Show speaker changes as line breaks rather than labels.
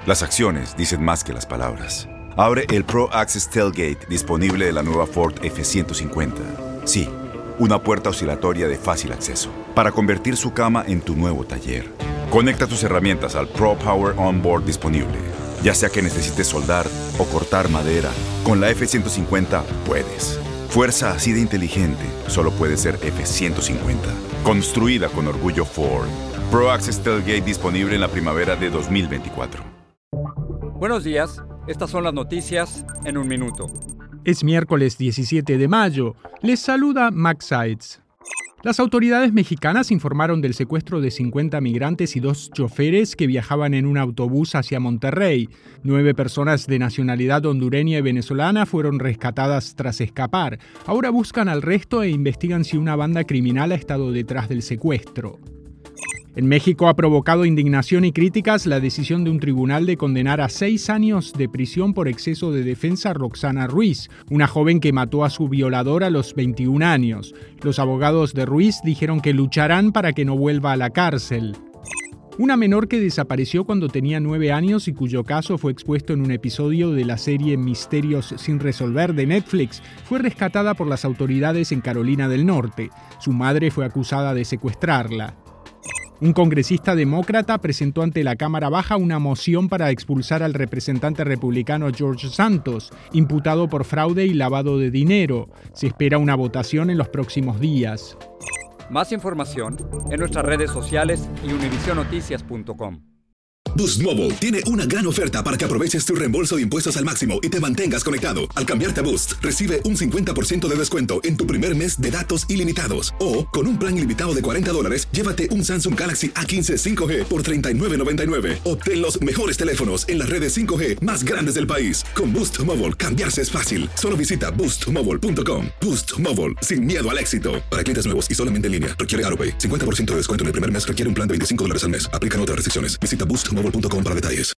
Las acciones dicen más que las palabras. Abre el Pro Access Tailgate disponible de la nueva Ford F-150. Sí, una puerta oscilatoria de fácil acceso para convertir su cama en tu nuevo taller. Conecta tus herramientas al Pro Power Onboard disponible. Ya sea que necesites soldar o cortar madera, con la F-150 puedes. Fuerza así de inteligente solo puede ser F-150. Construida con orgullo Ford. Pro Access Tailgate disponible en la primavera de 2024.
Buenos días, estas son las noticias en un minuto.
Es miércoles 17 de mayo. Les saluda Max Sides. Las autoridades mexicanas informaron del secuestro de 50 migrantes y 2 choferes que viajaban en un autobús hacia Monterrey. 9 personas de nacionalidad hondureña y venezolana fueron rescatadas tras escapar. Ahora buscan al resto e investigan si una banda criminal ha estado detrás del secuestro. En México ha provocado indignación y críticas la decisión de un tribunal de condenar a 6 años de prisión por exceso de defensa a Roxana Ruiz, una joven que mató a su violador a los 21 años. Los abogados de Ruiz dijeron que lucharán para que no vuelva a la cárcel. Una menor que desapareció cuando tenía 9 años y cuyo caso fue expuesto en un episodio de la serie Misterios sin resolver de Netflix fue rescatada por las autoridades en Carolina del Norte. Su madre fue acusada de secuestrarla. Un congresista demócrata presentó ante la Cámara Baja una moción para expulsar al representante republicano George Santos, imputado por fraude y lavado de dinero. Se espera una votación en los próximos días.
Más información en nuestras redes sociales y univisionoticias.com.
Boost Mobile tiene una gran oferta para que aproveches tu reembolso de impuestos al máximo y te mantengas conectado. Al cambiarte a Boost, recibe un 50% de descuento en tu primer mes de datos ilimitados. O, con un plan ilimitado de $40, llévate un Samsung Galaxy A15 5G por $39.99. Obtén los mejores teléfonos en las redes 5G más grandes del país. Con Boost Mobile, cambiarse es fácil. Solo visita boostmobile.com. Boost Mobile, sin miedo al éxito. Para clientes nuevos y solamente en línea, requiere AutoPay. 50% de descuento en el primer mes requiere un plan de $25 al mes. Aplican otras restricciones. Visita boostmobile.com para detalles.